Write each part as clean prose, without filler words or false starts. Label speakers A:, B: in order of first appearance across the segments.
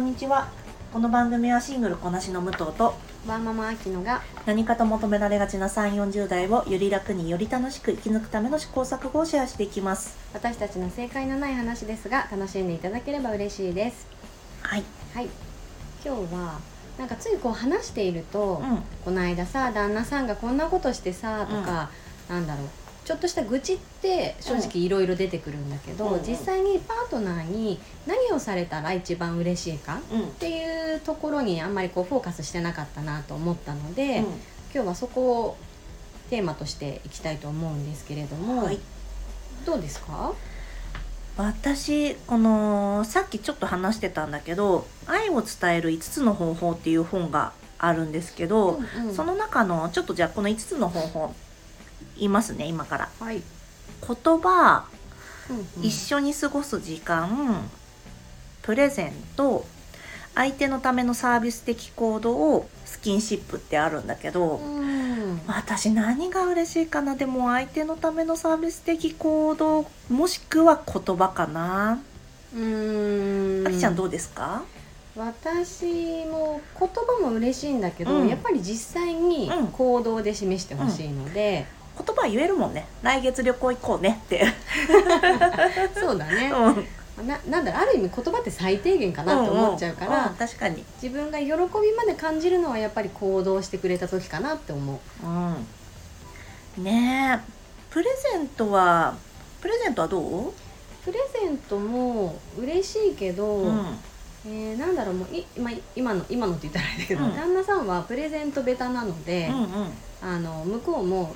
A: にちは。この番組はシングルこなしの武藤と
B: ワーママアキノが
A: 何かと求められがちな3、40代をより楽により楽しく生き抜くための試行錯誤をシェアしていきます。
B: 私たちの正解のない話ですが楽しんでいただければ嬉しいです。
A: はい、
B: はい、今日はなんかついこう話していると、この間さ旦那さんがこんなことしてさとか、なんだろうちょっとした愚痴って正直いろいろ出てくるんだけど、実際にパートナーに何をされたら一番嬉しいかっていうところにあんまりこうフォーカスしてなかったなと思ったので、今日はそこをテーマとしていきたいと思うんですけれども、どうですか？
A: 私さっきちょっと話してたんだけど、愛を伝える5つの方法っていう本があるんですけど、その中のちょっとじゃあこの5つの方法言いますね、今から。言葉、一緒に過ごす時間、プレゼント、相手のためのサービス的行動、スキンシップってあるんだけど、私何が嬉しいかな。でも相手のためのサービス的行動もしくは言葉かな。あきちゃんどうですか？
B: 私も言葉も嬉しいんだけど、やっぱり実際に行動で示してほしいので、
A: 言葉言えるもんね。来月旅行行こうねって
B: そうだね、なんだろう、ある意味言葉って最低限かなって思っちゃうから、
A: 確かに
B: 自分が喜びまで感じるのはやっぱり行動してくれた時かなって思
A: う。ねえ、プレゼントはどう？
B: プレゼントも嬉しいけど、なんだろう、もう今のって言ったらあれだけど、旦那さんはプレゼントベタなので、向こうも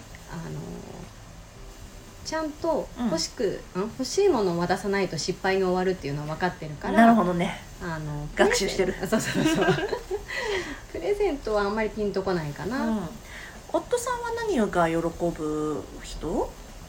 B: ちゃんと欲しいものを渡さないと失敗に終わるっていうのは分かってるから。
A: なるほどね、学習してる。
B: そうプレゼントはあんまりピンとこないかな。
A: 夫さんは何が喜ぶ人？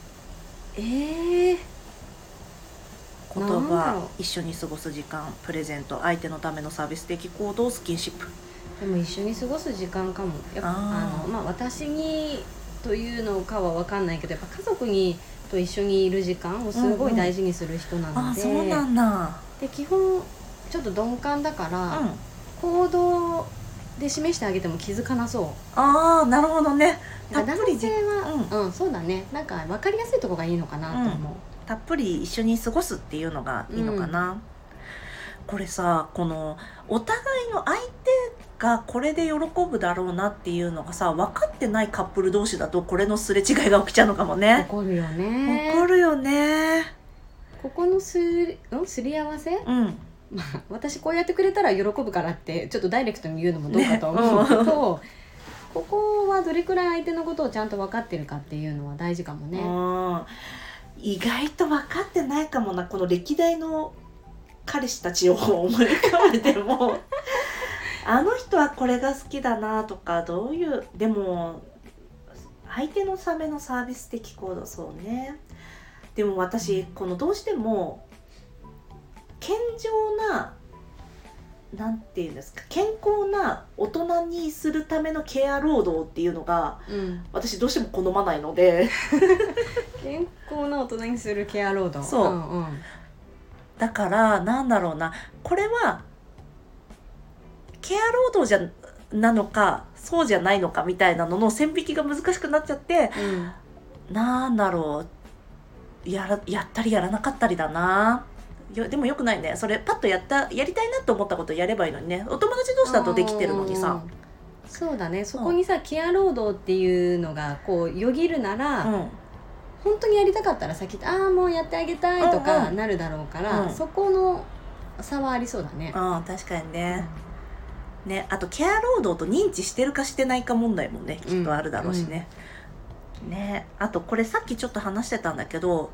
A: 言葉、一緒に過ごす時間、プレゼント、相手のためのサービス的行動、スキンシップ。
B: でも一緒に過ごす時間かも。やっぱ私にというのかは分かんないけど、やっぱ家族にと一緒にいる時間をすごい大事にする人なので、
A: そうなんだ。
B: で基本ちょっと鈍感だから、行動で示してあげても気づかなそう。
A: なるほどね。
B: 男性は、そうだね、なんか分かりやすいところがいいのかなと思う。
A: たっぷり一緒に過ごすっていうのがいいのかな。これさ、このお互いの相手がこれで喜ぶだろうなっていうのがさ、分かってないカップル同士だとこれのすれ違いが起きちゃうのかもね。
B: 起こるよね。
A: こ
B: このすり合わせ、私こうやってくれたら喜ぶからってちょっとダイレクトに言うのもどうかと思うけど、ここはどれくらい相手のことをちゃんと分かってるかっていうのは大事かもね。
A: 意外と分かってないかもな。この歴代の彼氏たちを思い浮かべてもあの人はこれが好きだなとか、どういう、でも相手のためのサービス的行動、そうね。でも私どうしても健常な、なんていうんですか、健康な大人にするためのケア労働っていうのが、私どうしても好まないので
B: 健康な大人にするケア労働、
A: だからなんだろうな、これはケア労働なのかそうじゃないのかみたいなのの線引きが難しくなっちゃって、なんだろう、やったりやらなかったりだな。でもよくないね。それパッとやりたいなと思ったことやればいいのにね。お友達同士だとできてるのにさ。
B: そうだね。そこにさ、ケア労働っていうのがこうよぎるなら、本当にやりたかったら先もうやってあげたいとかなるだろうから、そこの差はありそうだね。
A: 確かにね。あとケア労働と認知してるかしてないか問題もね、きっとあるだろうしね。あとこれさっきちょっと話してたんだけど、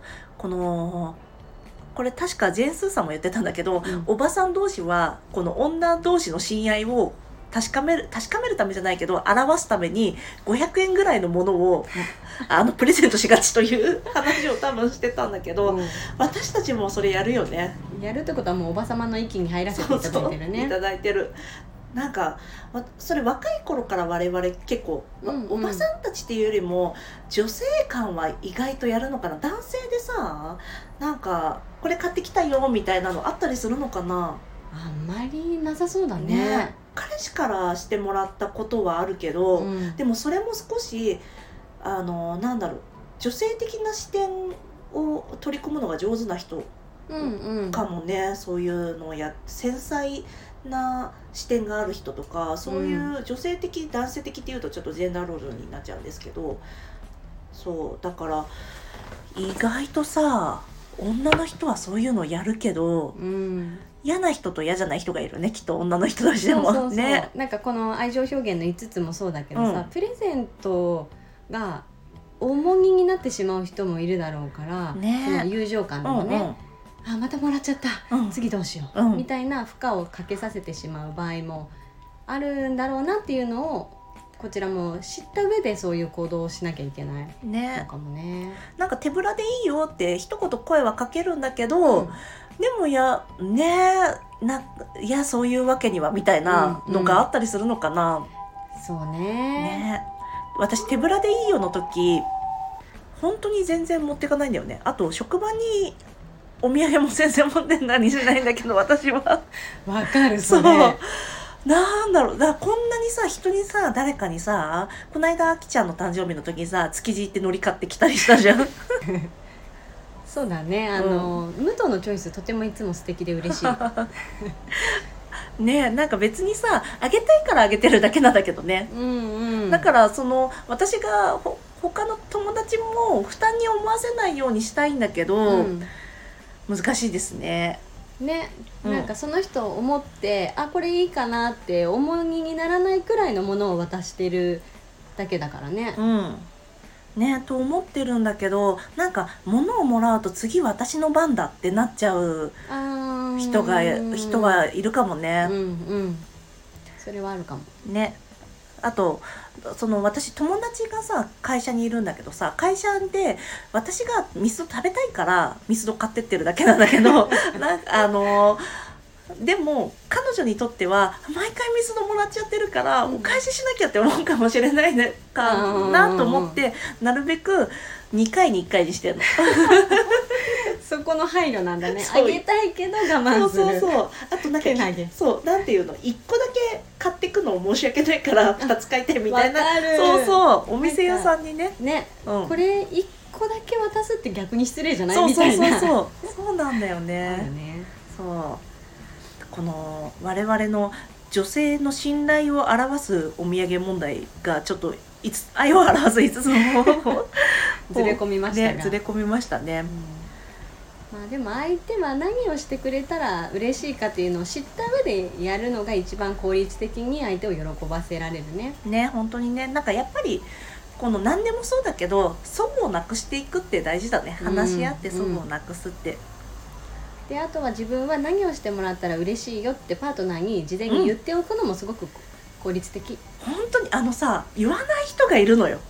A: これ確かジェーン・スーさんも言ってたんだけど、おばさん同士はこの女同士の親愛を確かめるためじゃないけど表すために500円ぐらいのものをプレゼントしがちという話を多分してたんだけど、私たちもそれやるよね。
B: やるってことはもうおばさまの域に入らせていただいてるね。
A: いただいてる。なんかそれ若い頃から我々結構、おばさんたちっていうよりも女性間は意外とやるのかな。男性でさ、なんかこれ買ってきたよみたいなのあったりするのかな。
B: あんまりなさそうだ ね。
A: 彼氏からしてもらったことはあるけど、でもそれも少しなんだろう、女性的な視点を取り込むのが上手な人かもね、そういうのを繊細な視点がある人とか、そういう女性的、男性的っていうとちょっとジェンダーロールになっちゃうんですけど、そうだから意外とさ、女の人はそういうのやるけど、嫌な人と嫌じゃない人がいるね、きっと女の人としても。
B: そう
A: ね、
B: なんかこの愛情表現の5つもそうだけどさ、プレゼントが重荷になってしまう人もいるだろうから、その友情感でもね、あまたもらっちゃった、次どうしよう、みたいな負荷をかけさせてしまう場合もあるんだろうなっていうのをこちらも知った上でそういう行動をしなきゃいけないのかもね。
A: なんか手ぶらでいいよって一言声はかけるんだけど、でもいやそういうわけにはみたいなのがあったりするのかな。
B: そうね。
A: 私手ぶらでいいよの時本当に全然持っていかないんだよね。あと職場にお土産も全然持って何しないんだけど、私は
B: わかる。それ
A: なんだろう、だからこんなにさ、人にさ、誰かにさ、この間あきちゃんの誕生日の時にさ、築地行って海苔買ってきたりしたじゃん
B: そうだね、武藤のチョイスとてもいつも素敵で嬉しい
A: ね、なんか別にさ、あげたいからあげてるだけなんだけどね、だから私が他の友達も負担に思わせないようにしたいんだけど、難しいですね。
B: なんかその人を思って、あこれいいかなって重荷にならないくらいのものを渡してるだけだからね。
A: と思ってるんだけど、なんか物をもらうと次私の番だってなっちゃう人がいるかもね。
B: それはあるかも
A: ね。あと私友達がさ会社にいるんだけどさ、会社で私がミスド食べたいからミスド買ってってるだけなんだけどなんかでも彼女にとっては毎回ミスドもらっちゃってるからお返ししなきゃって思うかもしれないねかなと思って、なるべく2回に1回にしてるの
B: そこの配慮なんだね。あげたいけど我慢する。
A: そうあとなんかなんていうの、1個だけ買ってくのを申し訳ないから2つ買いたいみたいな。お店屋さんにね
B: これ1個だけ渡すって逆に失礼じゃないみたいな。
A: そうなんだよね。この我々の女性の信頼を表すお土産問題がちょっと愛を表す5つの
B: ずれ込みましたが、
A: ずれ込みましたね。
B: まあでも相手は何をしてくれたら嬉しいかっていうのを知った上でやるのが一番効率的に相手を喜ばせられるね。
A: 本当にね、なんかやっぱりこの何でもそうだけど齟齬をなくしていくって大事だね。話し合って齟齬をなくすって、
B: であとは自分は何をしてもらったら嬉しいよってパートナーに事前に言っておくのもすごく効率的。
A: 本当に言わない人がいるのよ。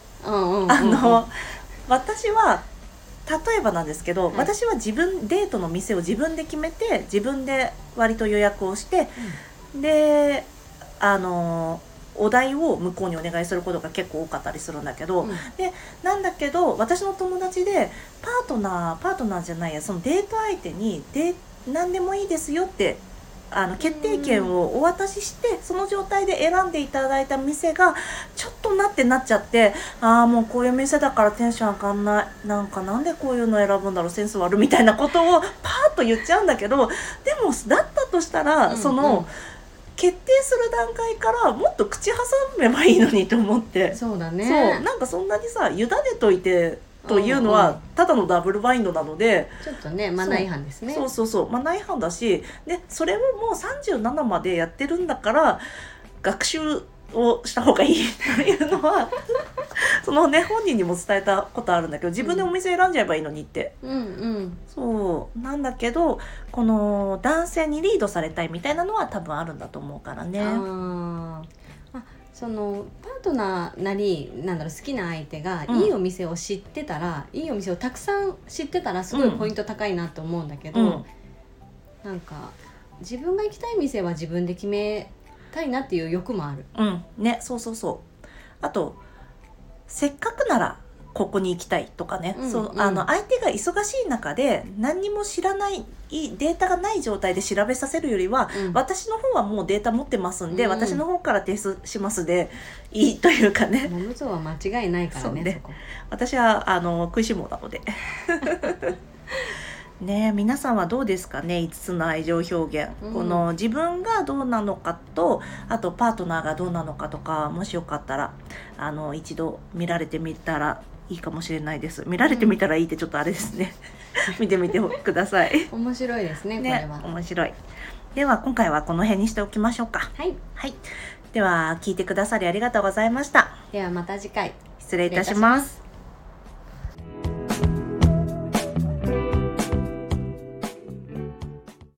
A: 私は例えばなんですけど、私はデートの店を自分で決めて自分で割と予約をして、でお題を向こうにお願いすることが結構多かったりするんだけど、なんだけど私の友達でパートナーじゃないや、そのデート相手に何でもいいですよって決定権をお渡しして、その状態で選んでいただいた店がちょっとなっちゃって、もうこういう店だからテンション上がんない、なんでこういうの選ぶんだろう、センス悪みたいなことをパーッと言っちゃうんだけど、でもだったとしたら、決定する段階からもっと口挟めばいいのにと思って。
B: そうだね。
A: なんかそんなにさ委ねといてというのはただのダブルバインドなので、
B: ちょっとねマナー違反ですね。
A: マナー違反だし、でそれをもう37までやってるんだから学習をした方がいいっていうのは本人にも伝えたことあるんだけど、自分でお店選んじゃえばいいのにって、そうなんだけど、この男性にリードされたいみたいなのは多分あるんだと思うからね。
B: そのパートナーなり好きな相手がいいお店を知ってたら、いいお店をたくさん知ってたらすごいポイント高いなと思うんだけど、なんか自分が行きたい店は自分で決めたいなっていう欲もある。
A: そうあとせっかくならここに行きたいとかね、
B: うん
A: そう相手が忙しい中で何にも知らないデータがない状態で調べさせるよりは、私の方はもうデータ持ってますんで、私の方から提出しますでいいというかね。
B: ものぞは間違いないからね。
A: そこ私は食いしん坊なのでね、皆さんはどうですかね、5つの愛情表現、この自分がどうなのかと、あとパートナーがどうなのかとか、もしよかったら一度見られてみたらいいかもしれないです。見られてみたらいいってちょっとあれですね見てみてください。
B: 面白いですね、これは。
A: 面白い。では今回はこの辺にしておきましょうか。
B: はい、
A: はい、では聞いてくださりありがとうございました。
B: ではまた次回。
A: 失礼いたします。